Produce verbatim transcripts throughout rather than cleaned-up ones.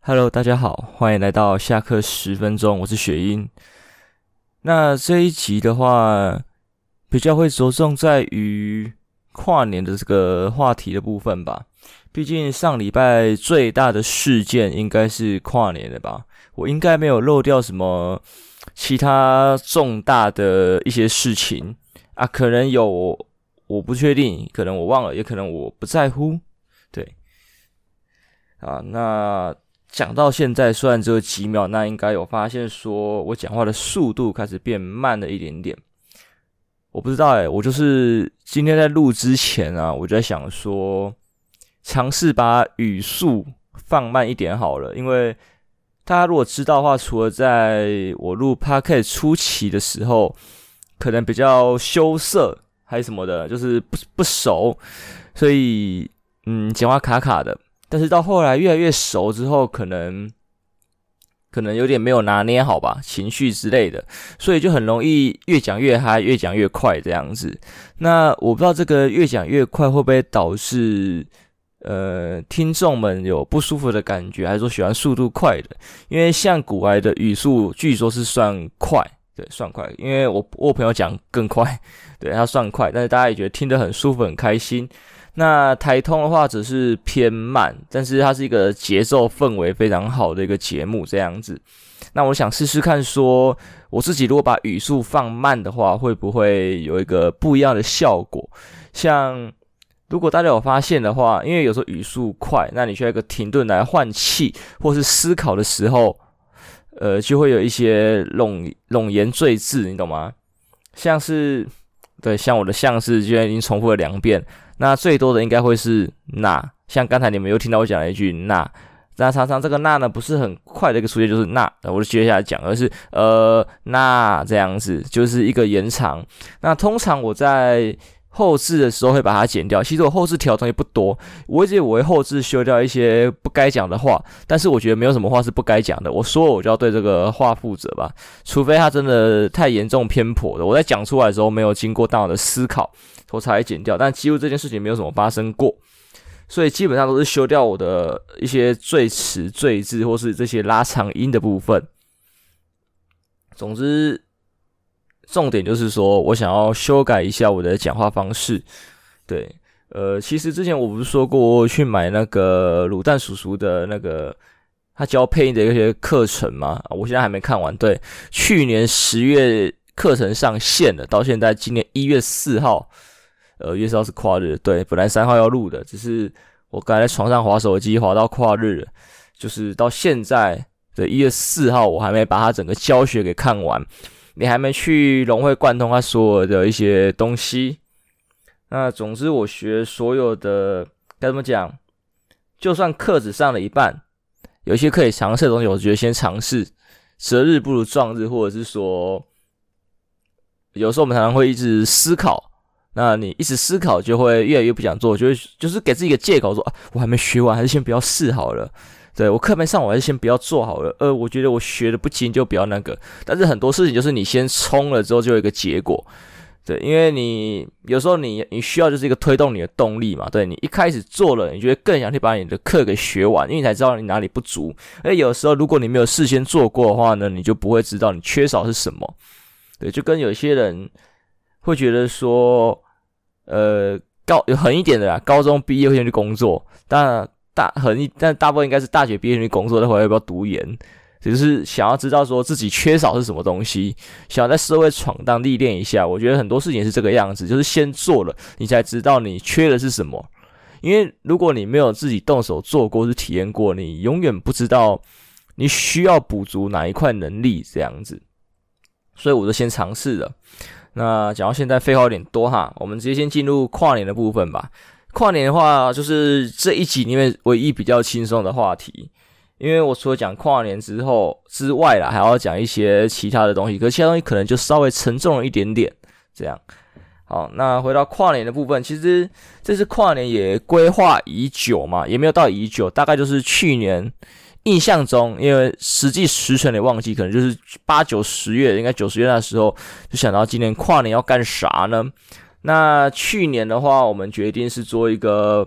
Hello，大家好，欢迎来到下课十分钟，我是雪英。那这一集的话，比较会着重在于跨年的这个话题的部分吧。毕竟上礼拜最大的事件应该是跨年了吧，我应该没有漏掉什么其他重大的一些事情啊，可能有，我不确定，可能我忘了，也可能我不在乎。对，啊，那讲到现在，虽然只有几秒，那应该有发现说我讲话的速度开始变慢了一点点。我不知道诶、欸，我就是今天在录之前啊，我就在想说，尝试把语速放慢一点好了，因为大家如果知道的话，除了在我录 Podcast 初期的时候，可能比较羞涩还是什么的，就是不不熟，所以嗯，讲话卡卡的。但是到后来越来越熟之后，可能可能有点没有拿捏好吧，情绪之类的，所以就很容易越讲越嗨，越讲越快这样子。那我不知道这个越讲越快会不会导致呃听众们有不舒服的感觉，还是说喜欢速度快的？因为像古来的语速据说是算快，对，算快。因为我我朋友讲更快，对，他算快，但是大家也觉得听得很舒服，很开心。那台通的话只是偏慢，但是它是一个节奏氛围非常好的一个节目这样子。那我想试试看说，我自己如果把语速放慢的话，会不会有一个不一样的效果？像如果大家有发现的话，因为有时候语速快，那你需要一个停顿来换气或是思考的时候，呃，就会有一些冗冗言赘字，你懂吗？像是对，像我的像是就已经重复了两遍。那最多的应该会是那，像刚才你们又听到我讲了一句那，那常常这个那呢不是很快的一个出现，就是那，我就接下来讲，而是呃那这样子，就是一个延长。那通常我在后置的时候会把它剪掉，其实我后置调的东西不多，我一直以为我会后置修掉一些不该讲的话，但是我觉得没有什么话是不该讲的，我说我就要对这个话负责吧，除非它真的太严重偏颇的，我在讲出来的时候没有经过大脑的思考，我才会剪掉，但几乎这件事情没有什么发生过，所以基本上都是修掉我的一些赘词赘字或是这些拉长音的部分。总之重点就是说我想要修改一下我的讲话方式。对，呃，其实之前我不是说过我去买那个卤蛋叔叔的那个他教配音的一些课程吗？我现在还没看完。对，去年十月课程上线了，到现在今年一月四号，呃，一月四号是跨日，对，本来三号要录的，只是我刚才在床上滑手机滑到跨日了，就是到现在的一月四号，我还没把它整个教学给看完。你还没去融会贯通他所有的一些东西。那总之我学所有的该怎么讲，就算课只上了一半，有一些可以尝试的东西我觉得先尝试，择日不如撞日，或者是说有时候我们常常会一直思考，那你一直思考就会越来越不想做，就会就是给自己一个借口说、啊、我还没学完，还是先不要试好了，对，我课没上完，还是先不要做好了。呃，我觉得我学的不精，就不要那个。但是很多事情就是你先冲了之后，就有一个结果。对，因为你有时候你你需要就是一个推动你的动力嘛。对，你一开始做了，你就会更想去把你的课给学完，因为你才知道你哪里不足。而有时候如果你没有事先做过的话呢，你就不会知道你缺少是什么。对，就跟有些人会觉得说，呃，高有狠一点的啦，高中毕业会先去工作，当然。大很一，但大部分应该是大学毕业去工作，再回来要不要读研，只是想要知道说自己缺少是什么东西，想要在社会闯荡历练一下。我觉得很多事情是这个样子，就是先做了，你才知道你缺的是什么。因为如果你没有自己动手做过，是体验过，你永远不知道你需要补足哪一块能力这样子。所以我就先尝试了。那讲到现在废话有点多哈，我们直接先进入跨年的部分吧。跨年的话，就是这一集里面唯一比较轻松的话题，因为我除了讲跨年之后之外啦，还要讲一些其他的东西，可是其他东西可能就稍微沉重了一点点，这样。好，那回到跨年的部分，其实这次跨年也规划已久嘛，也没有到已久，大概就是去年印象中，因为实际时辰也忘记，可能就是八九十月，应该九十月那时候就想到今年跨年要干啥呢？那去年的话，我们决定是做一个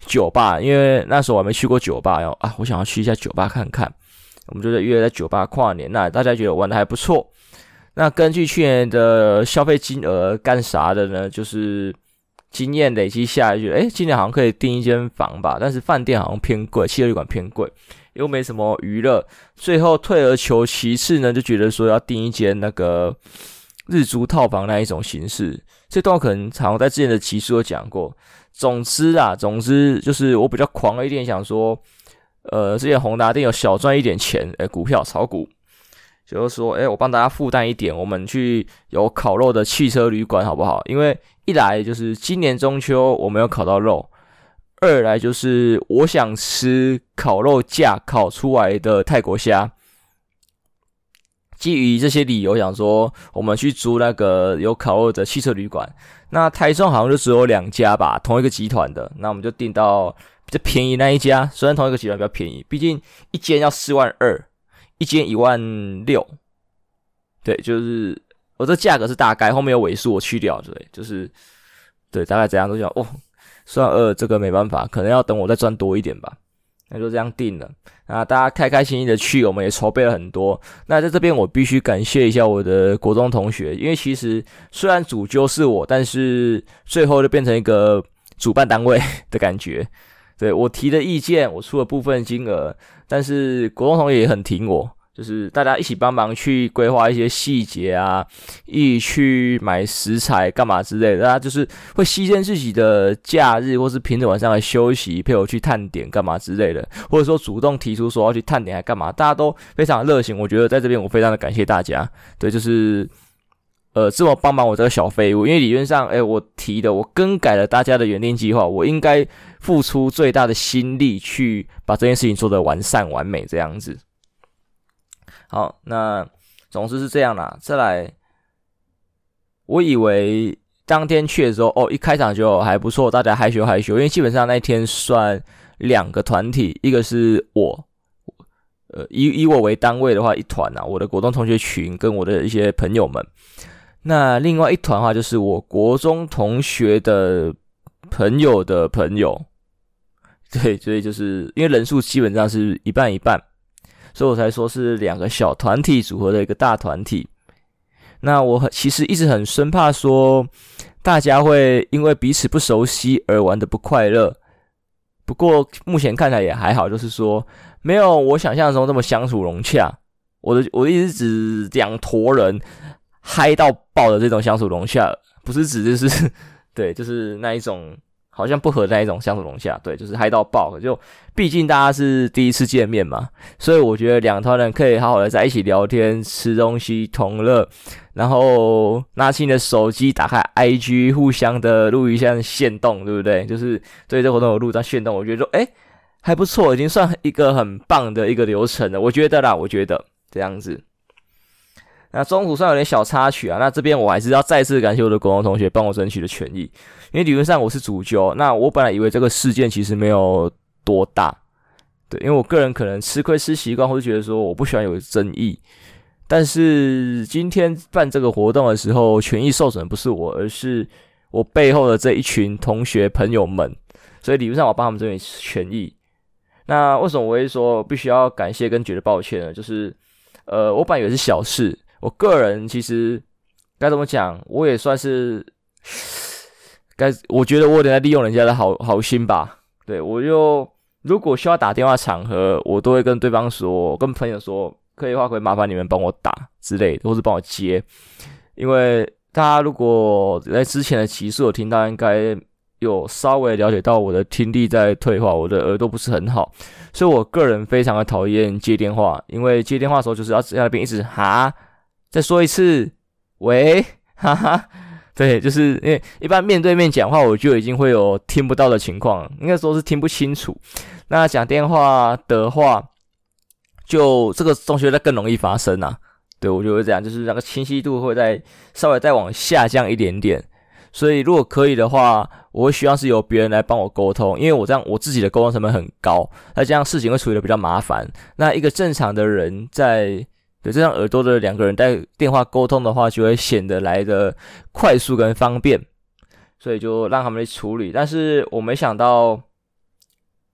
酒吧，因为那时候我还没去过酒吧，然后啊，我想要去一下酒吧看看。我们就是约在酒吧跨年，那大家觉得玩的还不错。那根据去年的消费金额干啥的呢？就是经验累积下来，觉得哎，今年好像可以订一间房吧，但是饭店好像偏贵，汽车旅馆偏贵，又没什么娱乐。最后退而求其次呢，就觉得说要订一间那个日租套房那一种形式。这段可能好像在之前的集数有讲过。总之啊，总之就是我比较狂了一点，想说。呃，之前宏达电有小赚一点钱，诶，股票炒股，就是说，诶，我帮大家负担一点，我们去有烤肉的汽车旅馆好不好？因为一来就是今年中秋我没有烤到肉，二来就是我想吃烤肉架烤出来的泰国虾。基于这些理由，想说我们去租那个有烤肉的汽车旅馆。那台中好像就只有两家吧，同一个集团的，那我们就订到比较便宜那一家。虽然同一个集团比较便宜，毕竟一间要四万二，一间一万六。对，就是我这价格是大概，后面有尾数我去掉，对，就是对，大概这样都讲哦。四万二这个没办法，可能要等我再赚多一点吧。那就这样定了，那大家开开心心的去，我们也筹备了很多。那在这边我必须感谢一下我的国中同学，因为其实虽然主揪是我，但是最后就变成一个主办单位的感觉。对，我提的意见，我出了部分金额，但是国中同学也很挺我。就是大家一起帮忙去规划一些细节啊，一起去买食材干嘛之类的，大家就是会牺牲自己的假日或是平日晚上的休息，陪我去探点干嘛之类的，或者说主动提出说要去探点还干嘛，大家都非常热情。我觉得在这边我非常的感谢大家，对，就是呃这么帮忙我这个小废物，因为理论上，哎，我提的我更改了大家的原定计划，我应该付出最大的心力去把这件事情做得完善完美这样子。好，那总之是这样啦。再来，我以为当天去的时候，哦，一开场就还不错，大家害羞害羞，因为基本上那天算两个团体，一个是我，呃，以以我为单位的话，一团啊，我的国中同学群跟我的一些朋友们。那另外一团的话，就是我国中同学的朋友的朋友。对，所以就是因为人数基本上是一半一半。所以我才说是两个小团体组合的一个大团体。那我很其实一直很生怕说大家会因为彼此不熟悉而玩得不快乐。不过目前看起来也还好，就是说没有我想象中这么相处融洽。我的我的意思指两坨人嗨到爆的这种相处融洽，不是指就是对，就是那一种。好像不合那一种相处融洽，对，就是嗨到爆。就毕竟大家是第一次见面嘛，所以我觉得两团人可以好好的在一起聊天、吃东西、同乐，然后拿起你的手机，打开 I G， 互相的录一下限动，对不对？就是对这活动有录到限动，我觉得说，哎，还不错，已经算一个很棒的一个流程了，我觉得啦，我觉得这样子。那中途算有点小插曲啊，那这边我还是要再次感谢我的国中同学帮我争取的权益，因为理论上我是主揪，那我本来以为这个事件其实没有多大，对，因为我个人可能吃亏吃习惯，或是觉得说我不喜欢有争议，但是今天办这个活动的时候，权益受损不是我，而是我背后的这一群同学朋友们，所以理论上我帮他们争取权益。那为什么我会说必须要感谢跟觉得抱歉呢？就是呃，我本来以为是小事。我个人其实该怎么讲，我也算是该，我觉得我有点在利用人家的好好心吧。对，我就如果需要打电话场合，我都会跟对方说，跟朋友说，可以的话可以麻烦你们帮我打之类的，或是帮我接。因为大家如果在之前的集数有听到，应该有稍微了解到我的听力在退化，我的耳朵不是很好，所以我个人非常的讨厌接电话，因为接电话的时候就是要在那边一直哈。再说一次，喂，哈哈，对，就是因为一般面对面讲话，我就已经会有听不到的情况，应该说是听不清楚。那讲电话的话，就这个东西会更容易发生啊。对，我就会这样，就是那个清晰度会再稍微再往下降一点点。所以如果可以的话，我会希望是由别人来帮我沟通，因为我这样我自己的沟通成本很高，那这样事情会处理的比较麻烦。那一个正常的人在对，这样耳朵的两个人在电话沟通的话，就会显得来的快速跟方便，所以就让他们去处理。但是我没想到，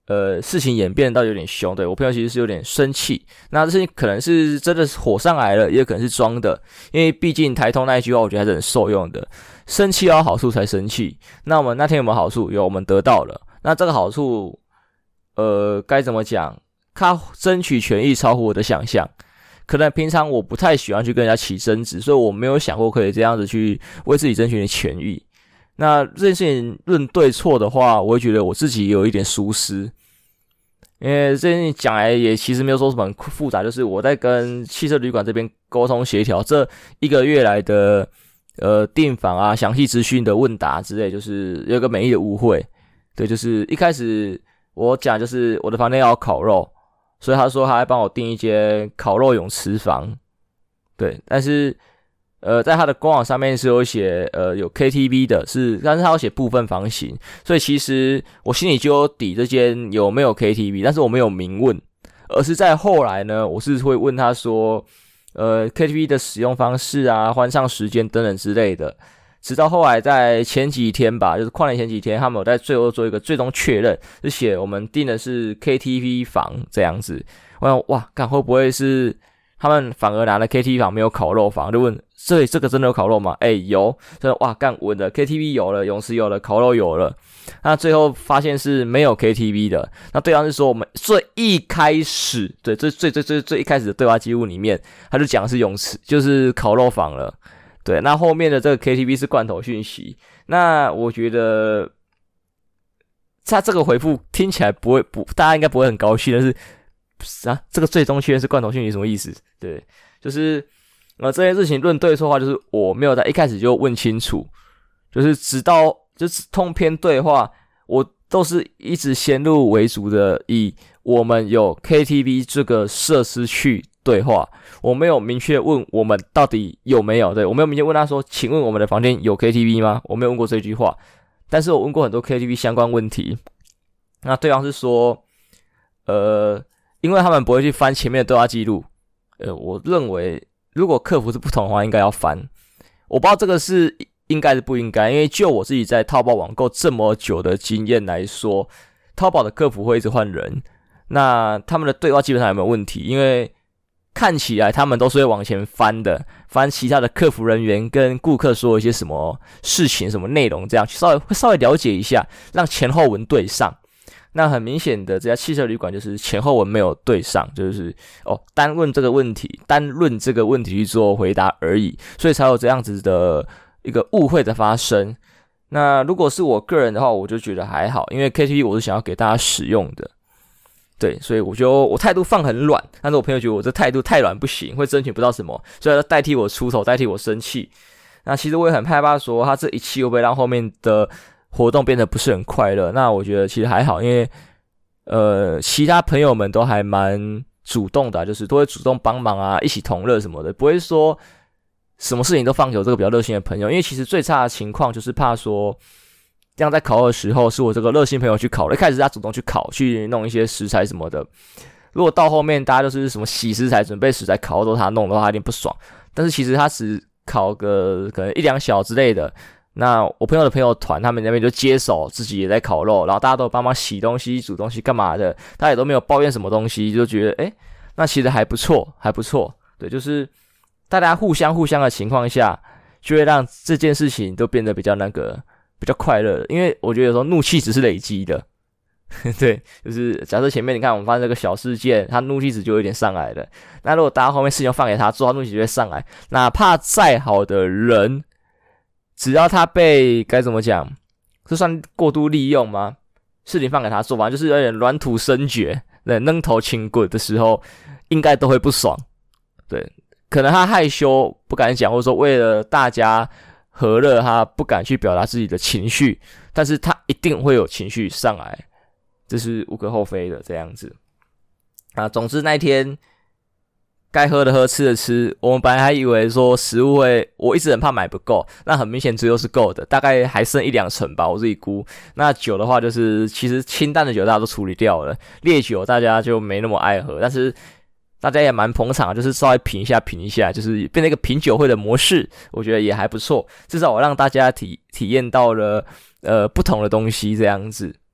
呃事情演变到有点凶，对我朋友其实是有点生气。那这事情可能是真的是火上来了，也有可能是装的，因为毕竟台通那一句话，我觉得还是很受用的。生气要有好处才生气。那我们那天有没有好处？有，我们得到了。那这个好处，呃，该怎么讲？他争取权益超乎我的想象。可能平常我不太喜欢去跟人家起争执，所以我没有想过可以这样子去为自己争取权益。那这件事情论对错的话，我会觉得我自己有一点疏失，因为这件事情讲来也其实没有说什么很复杂，就是我在跟汽车旅馆这边沟通协调这一个月来的呃订房啊、详细资讯的问答之类，就是有一个美丽的误会。对，就是一开始我讲就是我的房间要有烤肉。所以他说他还帮我订一间烤肉泳池房，对，但是呃，在他的官网上面是有写呃有 K T V 的，是，但是他有写部分房型，所以其实我心里就有底这间有没有 K T V， 但是我没有明问，而是在后来呢，我是会问他说，呃 K T V 的使用方式啊、欢唱时间等等之类的。直到后来在前几天吧，就是跨年前几天，他们有在最后做一个最终确认，是写我们订的是 K T V 房这样子。我想哇，看会不会是他们反而拿了 K T V 房没有烤肉房？就问这这个真的有烤肉吗？哎、欸，有，真的哇，干稳的 K T V 有了，泳池有了，烤肉有了。那最后发现是没有 K T V 的。那对方是说我们最一开始，对，最最最最最一开始的对话记录里面，他就讲是泳池，就是烤肉房了。对，那后面的这个 K T V 是罐头讯息。那我觉得他这个回复听起来不会不，大家应该不会很高兴，但是啊，这个最终确认是罐头讯息什么意思？对，就是呃这件事情论对错的话，就是我没有在一开始就问清楚，就是直到就是通篇对话，我都是一直先入为主的以我们有 K T V 这个设施去对话，我没有明确问我们到底有没有，对，我没有明确问他说，请问我们的房间有 K T V 吗？我没有问过这句话，但是我问过很多 K T V 相关问题。那对方是说，呃，因为他们不会去翻前面的对话记录，呃，我认为如果客服是不同的话，应该要翻。我不知道这个是应该是不应该，因为就我自己在淘宝网购这么久的经验来说，淘宝的客服会一直换人，那他们的对话基本上有没有问题？因为看起来他们都是会往前翻的，翻其他的客服人员跟顾客说一些什么事情、什么内容，这样稍微会稍微了解一下，让前后文对上。那很明显的，这家汽车旅馆就是前后文没有对上，就是哦单问这个问题，单论这个问题去做回答而已，所以才有这样子的一个误会的发生。那如果是我个人的话，我就觉得还好，因为 K T V 我是想要给大家使用的。对，所以我就我态度放很软，但是我朋友觉得我这态度太软不行，会争取不到什么，所以他代替我出头，代替我生气。那其实我也很害怕说，他这一气会不会让后面的活动变得不是很快乐？那我觉得其实还好，因为呃，其他朋友们都还蛮主动的、啊，就是都会主动帮忙啊，一起同乐什么的，不会说什么事情都放给我这个比较热心的朋友。因为其实最差的情况就是怕说，这样在烤肉的时候是我这个热心朋友去烤了，一开始他主动去烤，去弄一些食材什么的。如果到后面大家都是什么洗食材、准备食材烤都是他弄的话，他有点不爽。但是其实他只烤个可能一两小之类的，那我朋友的朋友团他们那边就接手，自己也在烤肉，然后大家都帮忙洗东西、煮东西干嘛的，他也都没有抱怨什么东西，就觉得诶，那其实还不错，还不错。对，就是大家互相互相的情况下，就会让这件事情都变得比较那个。比较快乐的，因为我觉得有时候怒气值是累积的，对，就是假设前面你看我们发生这个小事件，他怒气值就有点上来了。那如果大家后面事情放给他做，他怒气就会上来。哪怕再好的人，只要他被该怎么讲，这算过度利用吗？事情放给他做，反正就是有点软土生绝，对，扔头轻棍的时候，应该都会不爽。对，可能他害羞不敢讲，或者说为了大家。和乐他不敢去表达自己的情绪，但是他一定会有情绪上来，这是无可厚非的这样子啊。总之那一天该喝的喝，吃的吃，我们本来还以为说食物会，我一直很怕买不够，那很明显只有是够的，大概还剩一两成吧，我自己估。那酒的话就是其实清淡的酒大家都处理掉了，烈酒大家就没那么爱喝，但是大家也蛮捧场，就是稍微品一下品一下，就是变成一个品酒会的模式，我觉得也还不错。至少我让大家体体验到了呃不同的东西这样子。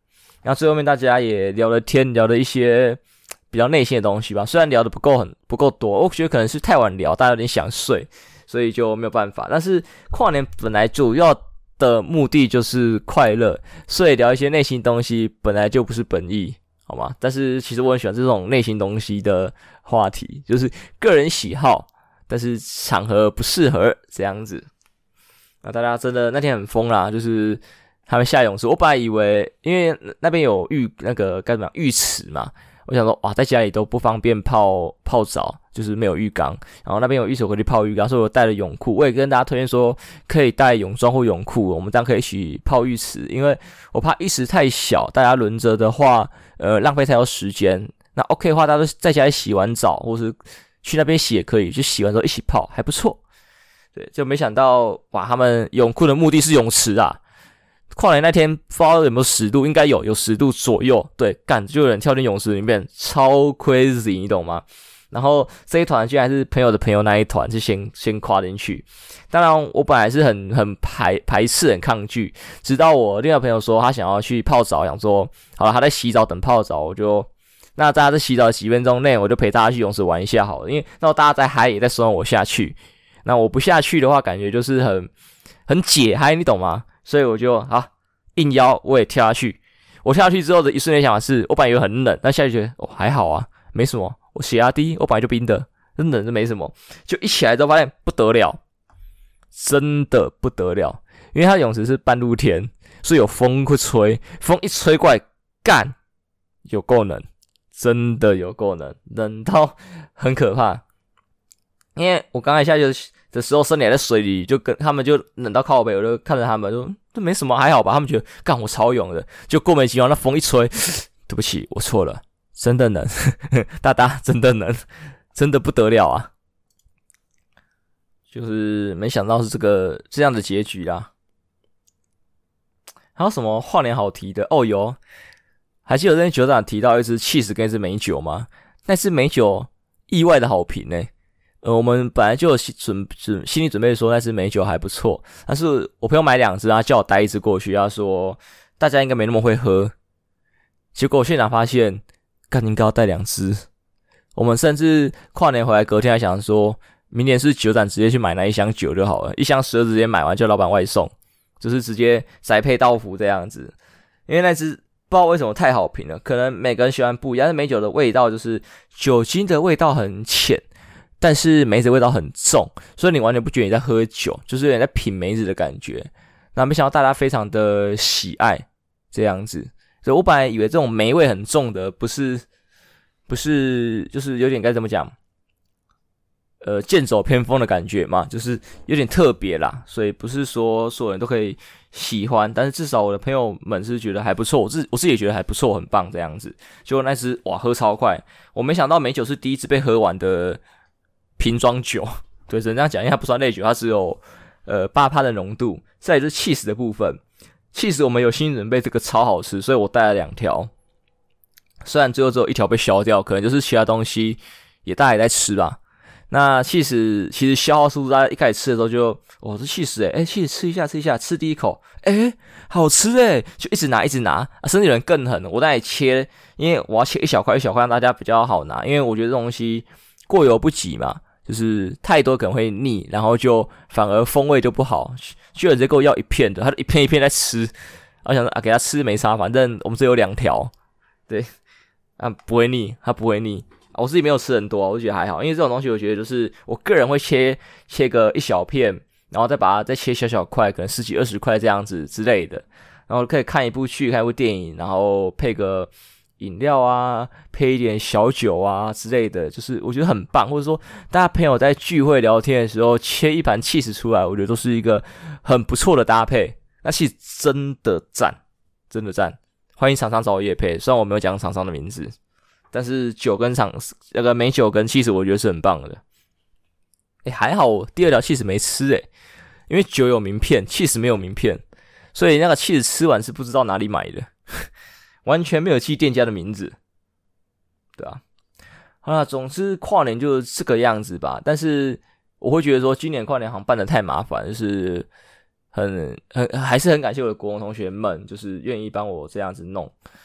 然后最后面大家也聊了天，聊了一些比较内心的东西吧。虽然聊的不够很不够多，我觉得可能是太晚聊，大家有点想睡，所以就没有办法。但是跨年本来主要的目的就是快乐，所以聊一些内心东西本来就不是本意，好吗？但是其实我很喜欢这种内心东西的话题，就是个人喜好，但是场合不适合这样子。那大家真的那天很疯啦，就是他们下泳池，我本来以为因为那边有浴那个该怎么样浴池嘛，我想说哇，在家里都不方便泡泡澡，就是没有浴缸，然后那边有浴池可以泡浴缸，所以我带了泳裤，我也跟大家推荐说可以带泳装或泳裤，我们这样可以一起泡浴池，因为我怕一池太小，大家轮着的话，呃，浪费太多时间。那 OK 的话，大家都在家里洗完澡，或是去那边洗也可以，就洗完之后一起泡，还不错。对，就没想到哇，他们泳裤的目的是泳池啊。跨年那天不知道有没有十度，应该有，有十度左右。对，干就有人跳进泳池里面，超 crazy， 你懂吗？然后这一团居然是朋友的朋友那一团，是先先跨进去。当然，我本来是很很排排斥、很抗拒，直到我另外朋友说他想要去泡澡，想说好了，他在洗澡等泡澡，我就那大家在洗澡的几分钟内，我就陪大家去泳池玩一下好了，因为那大家在嗨也在怂我下去。那我不下去的话，感觉就是很很解嗨，你懂吗？所以我就啊应邀我也跳下去。我跳下去之后的一瞬间想法是，我本来以为很冷，但下去觉得哦还好啊，没什么。我血压低，我本来就冰的，真冷是没什么。就一起来之后发现不得了，真的不得了，因为它的泳池是半露天，所以有风会吹，风一吹过来，干有够冷，真的有够冷，冷到很可怕。因为我刚才下去的时候，身体还在水里，就跟他们就冷到靠北，我就看着他们说这没什么，还好吧。他们觉得干我超勇的，就过没几秒，那风一吹，对不起，我错了，真的冷，大大真的冷，真的不得了啊！就是没想到是这个这样的结局啦。还有什么跨年好提的？哦，有，还记得那酒长提到一支cheese跟一支美酒吗？那支美酒意外的好评呢、欸。呃，我们本来就有准准心理准备说那支美酒还不错，但是我朋友买两支，他叫我带一支过去，他说大家应该没那么会喝。结果我现场发现，干应该要带两支。我们甚至跨年回来隔天还想说，明年是酒展直接去买那一箱酒就好了，一箱十二直接买完叫老板外送，就是直接宅配到府这样子。因为那支不知道为什么太好评了，可能每个人喜欢不一样，但是美酒的味道就是酒精的味道很浅。但是梅子味道很重，所以你完全不觉得你在喝酒，就是有点在品梅子的感觉。那没想到大家非常的喜爱这样子，所以我本来以为这种梅味很重的，不是不是就是有点该怎么讲，呃，剑走偏锋的感觉嘛，就是有点特别啦。所以不是说所有人都可以喜欢，但是至少我的朋友们是觉得还不错，我自我自己也觉得还不错，很棒这样子。结果那支哇喝超快，我没想到美酒是第一支被喝完的。瓶装酒，对，只能这样讲，因为它不算类酒，它只有呃 百分之八 的浓度。再来就是 cheese 的部分 ，cheese 我们有心理准备，这个超好吃，所以我带了两条。虽然最后只有一条被消掉，可能就是其他东西也大家也在吃吧。那 cheese 其实消耗速度，大家一开始吃的时候就，哦，这 cheese 诶、欸、cheese 吃一下吃一下，吃第一口，诶、欸、好吃诶、欸、就一直拿一直拿，啊、甚至有人更狠，我在那里切，因为我要切一小块一小块，让大家比较好拿，因为我觉得这东西过犹不及嘛。就是太多可能会腻，然后就反而风味就不好。就有人直接给我要一片的，他就一片一片在吃，我想说啊，给他吃没差，反正我们这有两条，对，啊不会腻，他不会腻。啊、我自己没有吃很多，我就觉得还好，因为这种东西我觉得就是我个人会切切个一小片，然后再把它再切小小块，可能十几二十块这样子之类的，然后可以看一部剧，看一部电影，然后配个。饮料啊，配一点小酒啊之类的，就是我觉得很棒。或者说，大家朋友在聚会聊天的时候，切一盘cheese出来，我觉得都是一个很不错的搭配。那其实真的赞，真的赞。欢迎厂商找我业配，虽然我没有讲厂商的名字，但是酒跟厂那个美酒跟cheese，我觉得是很棒的。哎，还好我第二条cheese没吃哎，因为酒有名片cheese没有名片，所以那个cheese吃完是不知道哪里买的。完全没有记店家的名字，对啊，好啦，总之跨年就是这个样子吧。但是我会觉得说，今年跨年好像办得太麻烦，就是很很还是很感谢我的国中同学们，就是愿意帮我这样子弄。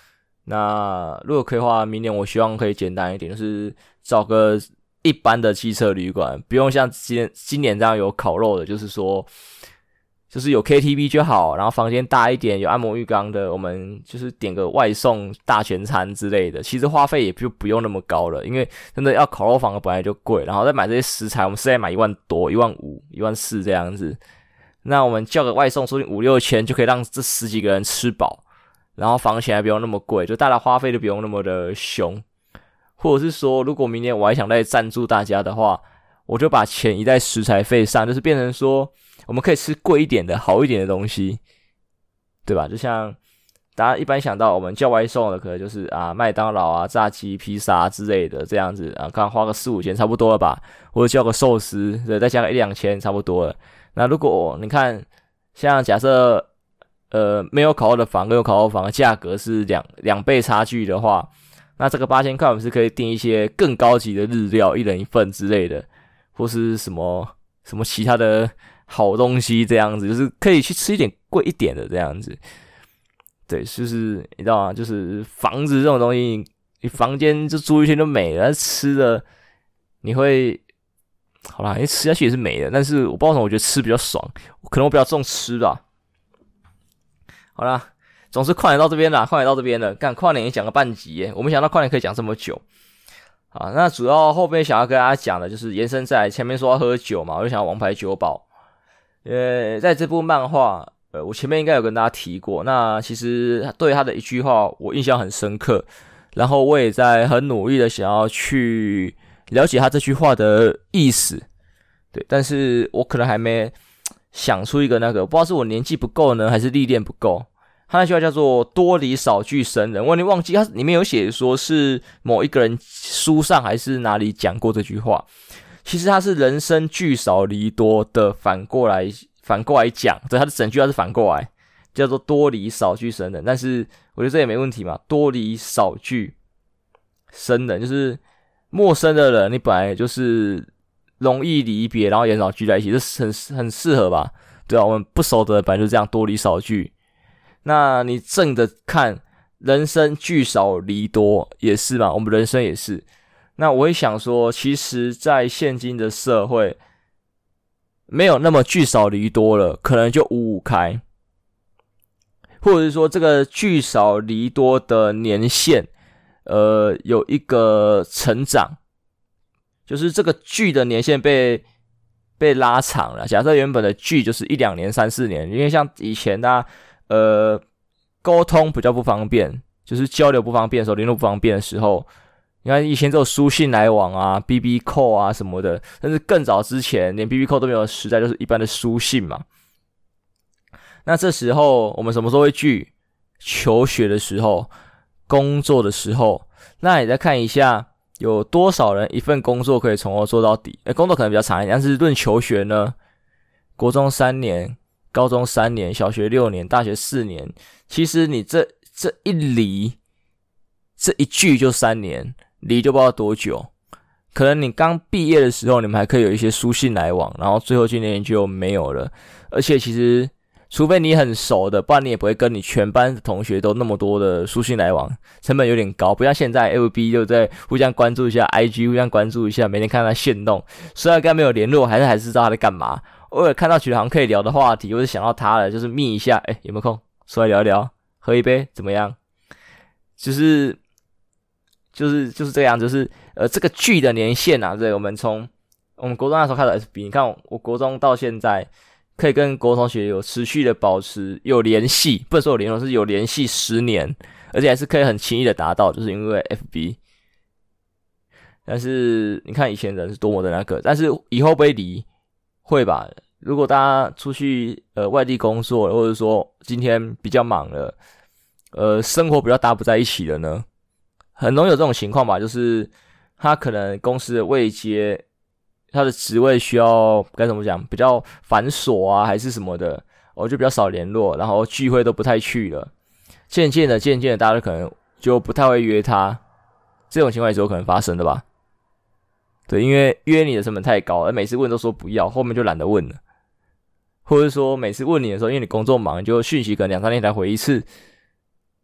那如果可以的话，明年我希望可以简单一点，就是找个一般的汽车旅馆，不用像今年今年这样有烤肉的，就是说就是有 K T V 就好，然后房间大一点，有按摩浴缸的，我们就是点个外送大全餐之类的。其实花费也就不用那么高了，因为真的要烤肉房本来就贵，然后再买这些食材，我们是在买一万多、一万五、一万四这样子。那我们叫个外送，说不定五六千就可以让这十几个人吃饱，然后房钱还不用那么贵，就大家花费就不用那么的凶。或者是说，如果明年我还想再赞助大家的话，我就把钱移在食材费上，就是变成说我们可以吃贵一点的好一点的东西，对吧？就像大家一般想到我们叫外送的，可能就是啊麦当劳啊、炸鸡、披萨之类的这样子啊，刚花个四五千差不多了吧？或者叫个寿司，对，再加个一两千差不多了。那如果你看，像假设呃没有烤肉的房跟有烤肉房的价格是两两倍差距的话，那这个八千块我们是可以订一些更高级的日料，一人一份之类的，或是什么什么其他的好东西这样子，就是可以去吃一点贵一点的这样子。对，就是你知道吗？就是房子这种东西，你房间就租一天就没了，但是吃的你会好啦，因为吃下去也是没的，但是我不知道为什么，我觉得吃比较爽，可能我比较重吃吧。好啦。总之跨年到这边啦，跨年到这边了，干跨年也讲个半集耶，我没想到跨年可以讲这么久。啊，那主要后面想要跟大家讲的就是延伸在前面说要喝酒嘛，我就想要王牌酒保。呃，在这部漫画，呃，我前面应该有跟大家提过，那其实对他的一句话我印象很深刻，然后我也在很努力的想要去了解他这句话的意思，对，但是我可能还没想出一个那个，不知道是我年纪不够呢，还是历练不够。他那句话叫做多离少聚生人，我有点忘记他里面有写说是某一个人书上还是哪里讲过这句话。其实他是人生聚少离多的反过来反过来讲，对，他的整句话是反过来，叫做多离少聚生人。但是我觉得这也没问题嘛，多离少聚生人就是陌生的人，你本来就是容易离别，然后也少聚在一起，这很很适合吧？对啊，我们不熟的人本来就这样多离少聚。那你正的看，人生聚少离多也是嘛，我们人生也是。那我会想说，其实在现今的社会，没有那么聚少离多了，可能就五五开，或者是说这个聚少离多的年限，呃，有一个成长，就是这个聚的年限被被拉长了。假设原本的聚就是一两年、三四年，因为像以前大家呃沟通比较不方便，就是交流不方便的时候，联络不方便的时候。你看以前只有书信来往啊 B B 扣啊什么的，但是更早之前连 B B 扣都没有的时代，就是一般的书信嘛。那这时候我们什么时候会聚？求学的时候，工作的时候。那你再看一下有多少人一份工作可以从头做到底，诶工作可能比较长一点，但是论求学呢，国中三年，高中三年，小学六年，大学四年，其实你这这一离这一聚就三年，离就不知道多久。可能你刚毕业的时候，你们还可以有一些书信来往，然后最后今年就没有了。而且其实，除非你很熟的，不然你也不会跟你全班的同学都那么多的书信来往，成本有点高。不像现在 F B 就在互相关注一下 ，I G 互相关注一下，每天看他限动。虽然跟他没有联络，还是还是知道他在干嘛。偶尔看到觉得好像可以聊的话题，或者想到他了，就是密一下，哎，有没有空出来聊一聊，喝一杯怎么样？就是。就是就是这样，就是呃这个剧的年限啊，对，我们从我们国中那时候开始 F B， 你看我，我国中到现在可以跟国中同学有持续的保持有联系，不能说有联络，是有联系十年，而且还是可以很轻易的达到，就是因为 F B。但是你看以前人是多么的那个，但是以后会不会离？会吧。如果大家出去呃外地工作，或者说今天比较忙了，呃生活比较搭不在一起了呢？很容易有这种情况吧，就是他可能公司的位阶，他的职位需要该怎么讲，比较繁琐啊，还是什么的，我就比较少联络，然后聚会都不太去了。渐渐的，渐渐的，大家可能就不太会约他，这种情况也是有可能发生的吧？对，因为约你的成本太高了，每次问都说不要，后面就懒得问了，或者说每次问你的时候，因为你工作忙，就讯息可能两三天才回一次。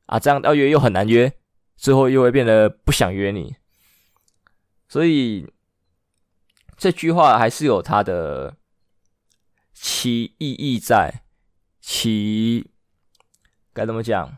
啊，这样要约又很难约，最后又会变得不想约你。所以这句话还是有它的其意义在，其该怎么讲？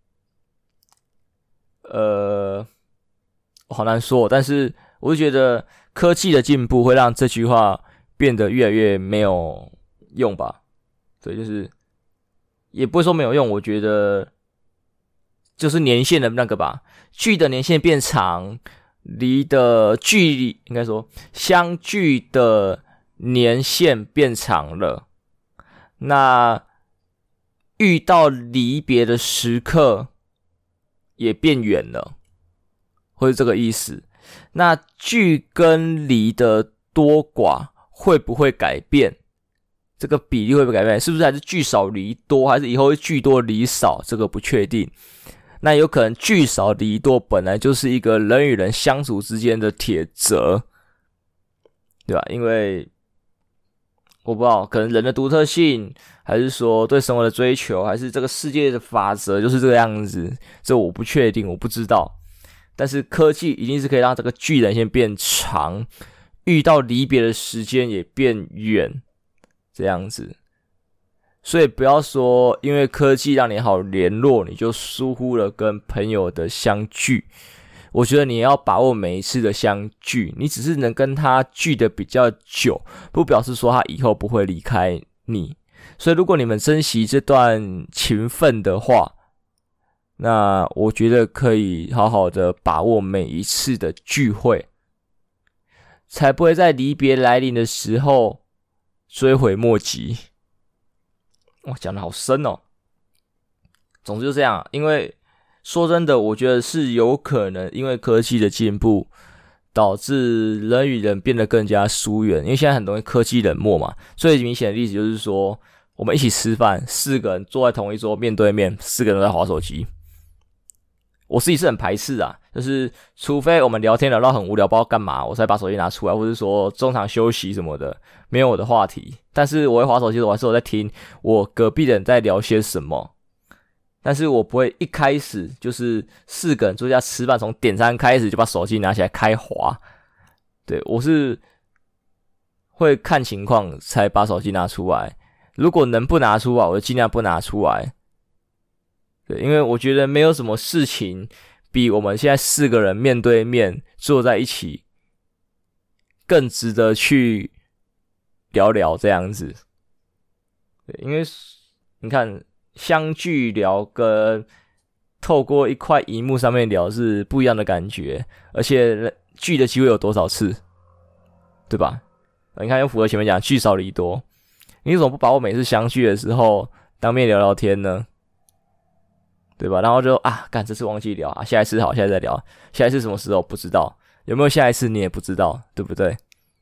呃，好难说，但是我就觉得科技的进步会让这句话变得越来越没有用吧。对，就是也不会说没有用，我觉得就是年限的那个吧，距的年限变长，离的距离应该说相距的年限变长了，那遇到离别的时刻也变远了，会是这个意思。那距跟离的多寡会不会改变？这个比例会不会改变？是不是还是聚少离多，还是以后会聚多离少？这个不确定。那有可能聚少离多本来就是一个人与人相处之间的铁则，对吧？因为我不知道，可能人的独特性，还是说对生活的追求，还是这个世界的法则就是这个样子，这我不确定，我不知道。但是科技一定是可以让这个距离线变长，遇到离别的时间也变远，这样子。所以不要说因为科技让你好联络，你就疏忽了跟朋友的相聚。我觉得你要把握每一次的相聚，你只是能跟他聚的比较久，不表示说他以后不会离开你。所以如果你们珍惜这段情分的话，那我觉得可以好好的把握每一次的聚会，才不会在离别来临的时候追悔莫及。哇，讲得好深哦。总之就这样，因为说真的，我觉得是有可能因为科技的进步，导致人与人变得更加疏远。因为现在很容易科技冷漠嘛，最明显的例子就是说，我们一起吃饭，四个人坐在同一桌面对面，四个人都在滑手机。我自己是很排斥啊，就是除非我们聊天聊到很无聊，不知道干嘛，我才把手机拿出来，或者说中场休息什么的，没有我的话题。但是我会滑手机的时候，我还是我在听我隔壁的人在聊些什么。但是我不会一开始就是四个人坐下吃饭，从点餐开始就把手机拿起来开滑。对，我是会看情况才把手机拿出来，如果能不拿出来，我就尽量不拿出来。对，因为我觉得没有什么事情比我们现在四个人面对面坐在一起更值得去聊聊这样子。对，因为你看相聚聊跟透过一块萤幕上面聊是不一样的感觉，而且聚的机会有多少次，对吧？你看又符合前面讲聚少离多，你怎么不把握每次相聚的时候当面聊聊天呢？对吧？然后就啊，干这次忘记聊啊，下一次好，下次再聊，下一次什么时候不知道，有没有下一次你也不知道，对不对？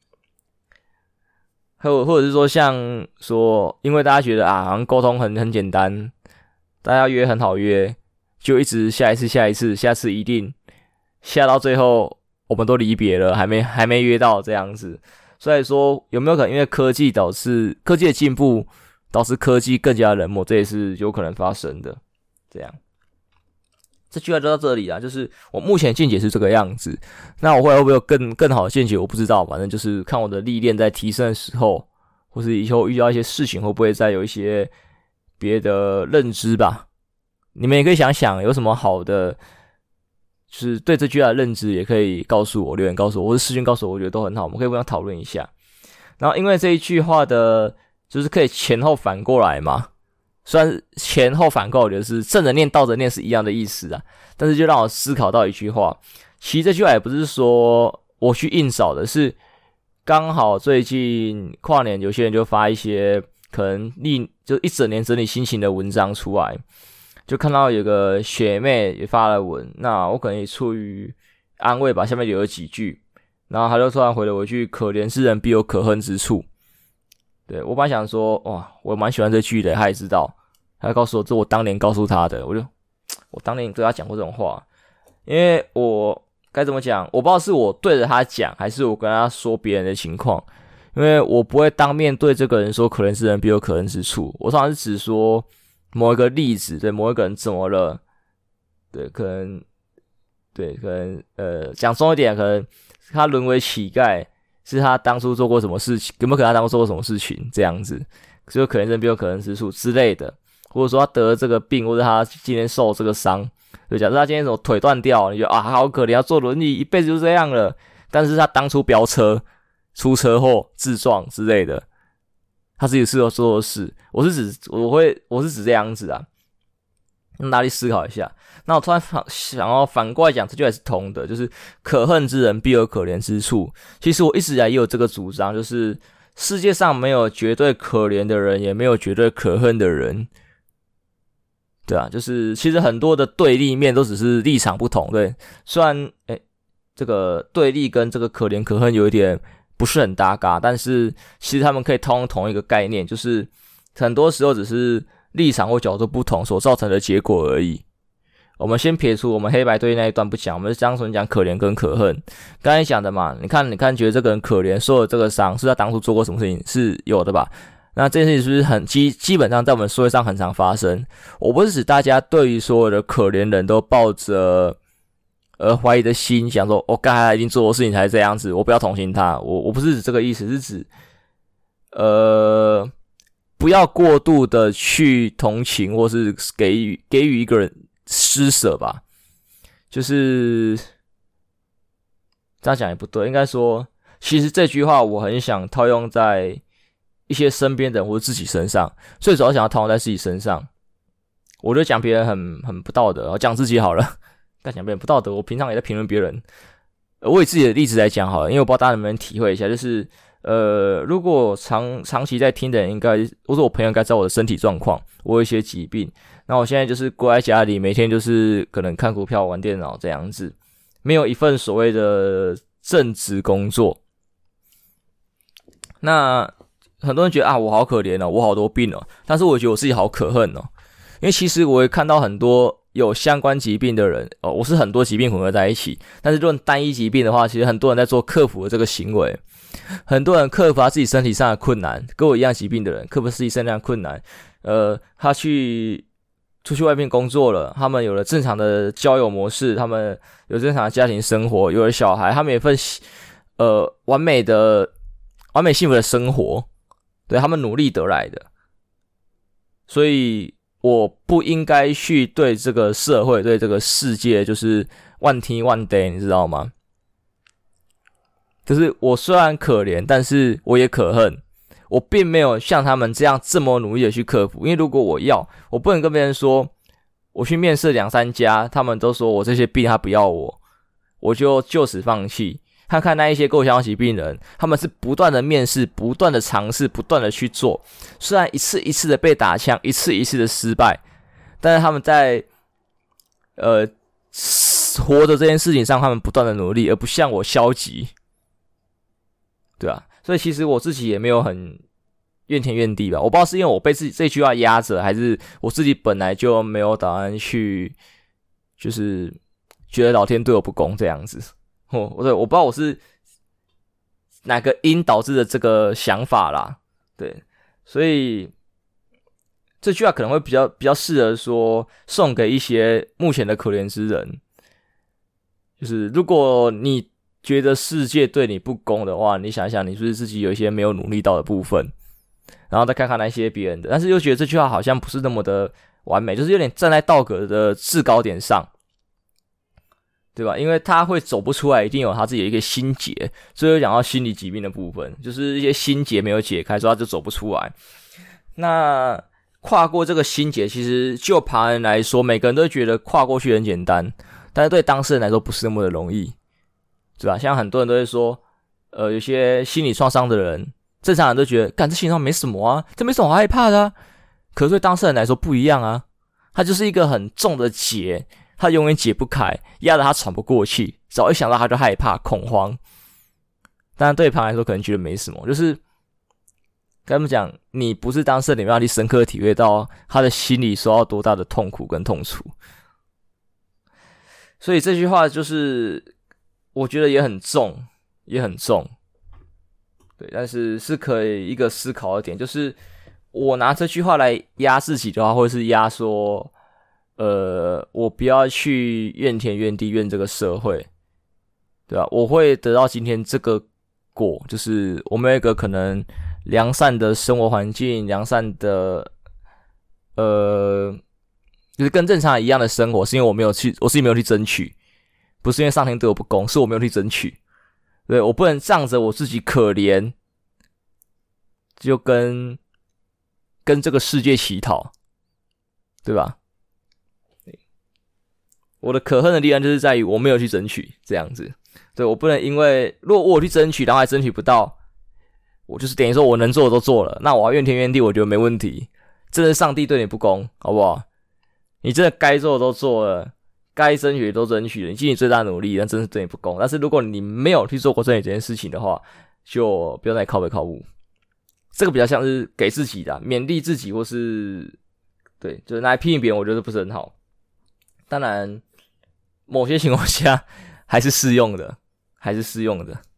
还有或者是说像说，因为大家觉得啊，好像沟通很很简单，大家约很好约，就一直下一次下一次，下次一定，下到最后我们都离别了，还没还没约到这样子。所以说有没有可能因为科技导致科技的进步，导致科技更加冷漠，这也是有可能发生的。这样。这句话就到这里啦，就是我目前见解是这个样子。那我未来会不会有更更好的见解，我不知道。反正就是看我的历练在提升的时候，或是以后遇到一些事情，会不会再有一些别的认知吧。你们也可以想想有什么好的，就是对这句话的认知，也可以告诉我，留言告诉我，或是私讯告诉我，我觉得都很好，我们可以互相讨论一下。然后因为这一句话的，就是可以前后反过来嘛。虽然前后反过来就是正着念倒着念是一样的意思啊，但是就让我思考到一句话，其实这句话也不是说我去硬找的，是刚好最近跨年有些人就发一些可能历就一整年整理心情的文章出来，就看到有个学妹也发了文，那我可能也出于安慰吧，下面留了几句，然后他就突然回了我一句：可怜之人必有可恨之处。对，我本来想说，哇，我蛮喜欢这句的，他也知道，他告诉我这我当年告诉他的，我就我当年对他讲过这种话，因为我该怎么讲，我不知道是我对着他讲，还是我跟他说别人的情况，因为我不会当面对这个人说可怜之人必有可恨之处，我通常是指说某一个例子，对某一个人怎么了， 对，可能对，可能呃讲重一点，可能他沦为乞丐是他当初做过什么事情，有没有可能他当初做过什么事情这样子，只有可怜人必有可怜之处之类的，或者说他得了这个病，或者他今天受这个伤，就假设他今天什么腿断掉，你觉得啊好可怜，要坐轮椅一辈子就这样了，但是他当初飙车出车祸自撞之类的，他自己是有做的事，我是指我会我是指这样子啊，用大力思考一下。那我突然想要反过来讲，这句还是通的，就是可恨之人必有可怜之处。其实我一直以来也有这个主张，就是世界上没有绝对可怜的人，也没有绝对可恨的人。对啊，就是其实很多的对立面都只是立场不同。对，虽然诶这个对立跟这个可怜可恨有一点不是很搭嘎，但是其实他们可以通用同一个概念，就是很多时候只是立场或角度不同所造成的结果而已。我们先撇除我们黑白对立那一段不讲，我们是单纯讲可怜跟可恨。刚才讲的嘛，你看你看觉得这个人可怜，受了这个伤，是他当初做过什么事情，是有的吧？那这件事情是不是很基基本上在我们社会上很常发生？我不是指大家对于所有的可怜人都抱着呃怀疑的心，想说我刚才已经做的事情才这样子，我不要同情他。我我不是指这个意思，是指呃不要过度的去同情或是给予给予一个人施舍吧。就是这样讲也不对，应该说其实这句话我很想套用在一些身边的人或者自己身上，最主要想要套用在自己身上。我觉得讲别人很很不道德，我讲自己好了。但讲别人不道德，我平常也在评论别人。我以自己的例子来讲好了，因为我不知道大家能不能体会一下，就是呃，如果长长期在听的人，应该或者我朋友应该知道我的身体状况，我有一些疾病。那我现在就是过在家里，每天就是可能看股票、玩电脑这样子，没有一份所谓的正职工作。那很多人觉得啊，我好可怜哦，我好多病哦，但是我觉得我自己好可恨哦，因为其实我也看到很多有相关疾病的人哦，我是很多疾病混合在一起，但是论单一疾病的话，其实很多人在做克服的这个行为，很多人克服他自己身体上的困难，跟我一样疾病的人克服自己身体上的困难，呃，他去出去外面工作了，他们有了正常的交友模式，他们有正常的家庭生活，有了小孩，他们有一份呃完美的完美幸福的生活。对，他们努力得来的，所以我不应该去对这个社会、对这个世界就是one天one day，你知道吗？就是我虽然可怜，但是我也可恨。我并没有像他们这样这么努力的去克服，因为如果我要，我不能跟别人说，我去面试两三家，他们都说我这些病他不要我，我就就此放弃。看看那一些跟我相关疾病人，他们是不断的面试，不断的尝试，不断的去做，虽然一次一次的被打枪，一次一次的失败，但是他们在呃活着这件事情上，他们不断的努力，而不像我消极，对啊，所以其实我自己也没有很怨天怨地吧，我不知道是因为我被自己这句话压着，还是我自己本来就没有打算去，就是觉得老天对我不公这样子。哦，对，我不知道我是哪个因导致的这个想法啦，对，所以这句话可能会比较比较适合说送给一些目前的可怜之人，就是如果你觉得世界对你不公的话，你想一想，你是不是自己有一些没有努力到的部分，然后再看看那些别人的，但是又觉得这句话好像不是那么的完美，就是有点站在道德的制高点上。对吧？因为他会走不出来，一定有他自己的一个心结。所以有讲到心理疾病的部分，就是一些心结没有解开，所以他就走不出来。那跨过这个心结，其实就旁人来说，每个人都会觉得跨过去很简单，但是对当事人来说不是那么的容易，对吧？像很多人都会说，呃，有些心理创伤的人，正常人都觉得，干这心理创伤没什么啊，这没什么好害怕的啊。可是对当事人来说不一样啊，他就是一个很重的结。他永远解不开，压得他喘不过气，只要一想到他就害怕恐慌。当然对旁人来说可能觉得没什么，就是跟他们讲，你不是当事人，你没有去深刻体会到他的心里受到多大的痛苦跟痛楚。所以这句话就是我觉得也很重，也很重。对，但是是可以一个思考的点，就是我拿这句话来压自己的话，或者是压说呃，我不要去怨天怨地怨这个社会，对吧？我会得到今天这个果，就是我们有一个可能良善的生活环境，良善的呃，就是跟正常人一样的生活，是因为我没有去，我是没有去争取，不是因为上天对我不公，是我没有去争取。对，我不能仗着我自己可怜，就跟跟这个世界乞讨，对吧？我的可恨的力量就是在于我没有去争取这样子。对，我不能因为如果我有去争取，然后还争取不到，我就是等于说我能做的都做了，那我要怨天怨地，我觉得没问题。真的上帝对你不公，好不好？你真的该做的都做了，该争取的都争取了，你尽你最大的努力，但真是对你不公。但是如果你没有去做过争取这件事情的话，就不要再靠北靠母。这个比较像是给自己的勉励自己，或是对，就是拿来批评别人，我觉得不是很好。当然，某些情况下还是适用的，还是适用的。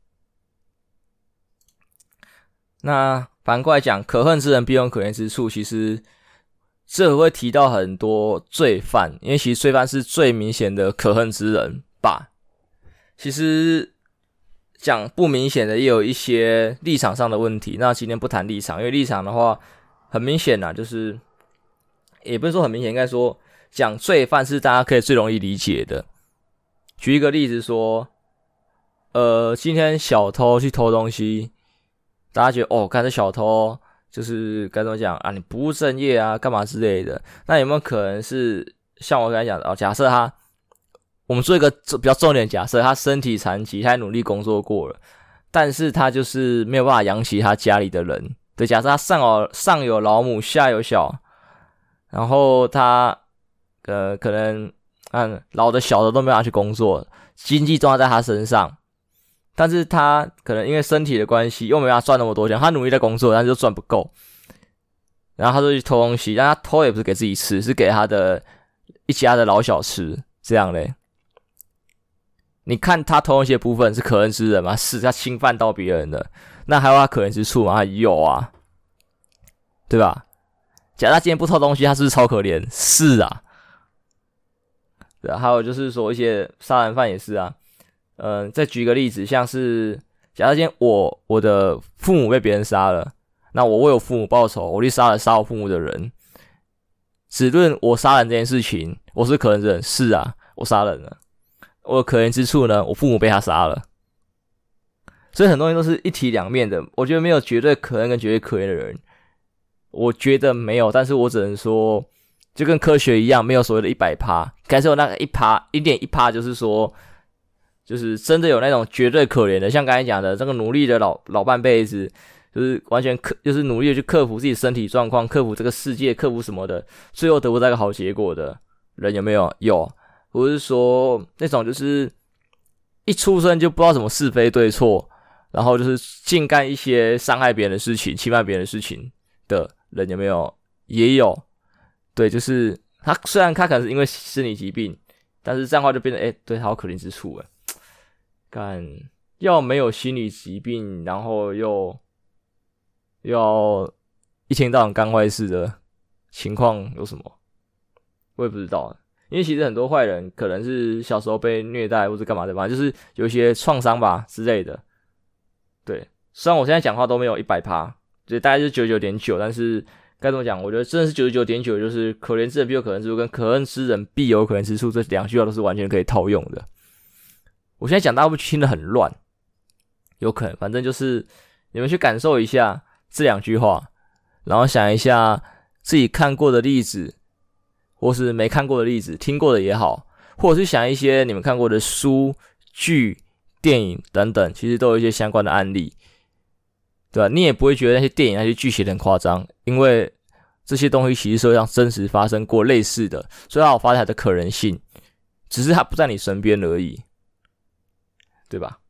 那反过来讲，可恨之人必有可怜之处，其实这会提到很多罪犯，因为其实罪犯是最明显的可恨之人吧。其实讲不明显的也有一些立场上的问题，那今天不谈立场，因为立场的话很明显啦，就是也不是说很明显，应该说讲罪犯是大家可以最容易理解的。举一个例子说，呃，今天小偷去偷东西，大家觉得哦，看这小偷就是该怎么讲啊，你不务正业啊，干嘛之类的。那有没有可能是像我刚才讲的，哦，假设他，我们做一个比较重点的假设，他身体残疾，他努力工作过了，但是他就是没有办法养起他家里的人。对，假设他上有上有老母，下有小，然后他呃可能嗯老的小的都没办法去工作，经济重压在他身上。但是他可能因为身体的关系，又没办法赚那么多钱，他努力在工作，但是就赚不够，然后他就去偷东西，但他偷也不是给自己吃，是给他的一家的老小吃，这样嘞。你看他偷东西的部分是可恨之人吗？是，他侵犯到别人了。那还有他可怜之处吗？有啊，对吧？假如他今天不偷东西，他是不是超可怜？是啊，对啊。还有就是说一些杀人犯也是啊。嗯、呃，再举一个例子，像是假如今天我我的父母被别人杀了，那我为我父母报仇，我去杀了杀我父母的人，只论我杀人这件事情，我是可怜之人，是啊，我杀人了。我的可怜之处呢，我父母被他杀了。所以很多人都是一体两面的，我觉得没有绝对可恨跟绝对可怜的人，我觉得没有，但是我只能说，就跟科学一样，没有所谓的 百分之百， 该是有那个 百分之一 一点一%，就是说就是真的有那种绝对可怜的，像刚才讲的这个努力的老老半辈子，就是完全克，就是努力的去克服自己身体状况，克服这个世界，克服什么的，最后得不到一个好结果的人有没有？有。或是说那种就是一出生就不知道什么是非对错，然后就是净干一些伤害别人的事情、侵犯别人的事情的人有没有？也有。对，就是他虽然他可能是因为生理疾病，但是这样的话就变得哎，对他好可怜之处哎。干要没有心理疾病，然后又又要一天到晚干坏事的情况有什么？我也不知道。因为其实很多坏人可能是小时候被虐待或者干嘛的吧，就是有一些创伤吧之类的。对，虽然我现在讲话都没有 百分之百， 就大概是 九十九点九， 但是该怎么讲，我觉得真的是 九十九点九， 就是可怜之人必有可恨之处跟可恨之人必有可怜之处，这两句话都是完全可以套用的。我现在讲大家会听得很乱，有可能，反正就是你们去感受一下这两句话，然后想一下自己看过的例子，或是没看过的例子，听过的也好，或者是想一些你们看过的书、剧、电影等等，其实都有一些相关的案例，对吧？你也不会觉得那些电影、那些剧写得很夸张，因为这些东西其实社会上真实发生过类似的，所以它有发展的可能性，只是它不在你身边而已，对吧？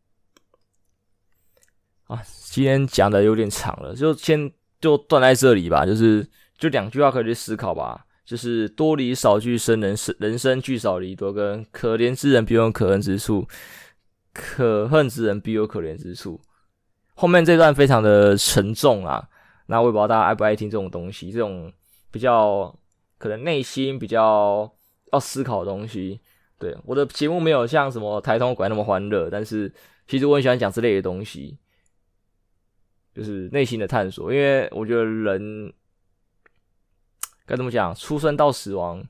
啊，今天讲的有点长了，就先就断在这里吧，就是就两句话可以去思考吧。就是多离少聚生，人人生聚少离多，跟可怜之人必有可恨之处，可恨之人必有可怜之处。后面这段非常的沉重啊，那我也不知道大家爱不爱听这种东西，这种比较可能内心比较要思考的东西。对，我的节目没有像什么台通馆那么欢乐，但是其实我很喜欢讲这类的东西，就是内心的探索。因为我觉得人该怎么讲，出生到死亡，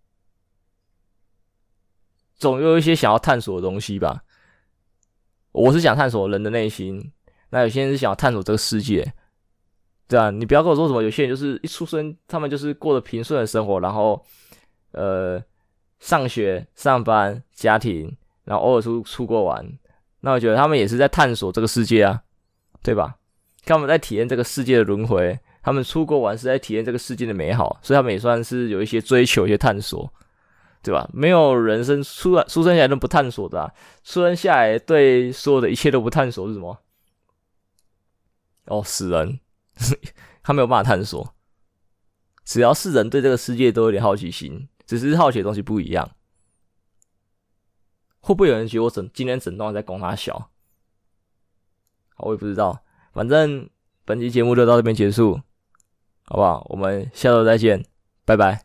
总有一些想要探索的东西吧。我是想探索人的内心，那有些人是想要探索这个世界。对啊，你不要跟我说什么，有些人就是一出生，他们就是过得平顺的生活，然后呃上学、上班、家庭，然后偶尔出出国玩。那我觉得他们也是在探索这个世界啊，对吧？他们在体验这个世界的轮回，他们出国玩是在体验这个世界的美好，所以他们也算是有一些追求、一些探索，对吧？没有人生出出生下来都不探索的啊，出生下来对所有的一切都不探索是什么？哦，死人。他没有办法探索，只要是人对这个世界都有点好奇心，只是好奇的东西不一样。会不会有人觉得我整今天整段在供他小？我也不知道，反正本期节目就到这边结束，好不好？我们下周再见，拜拜。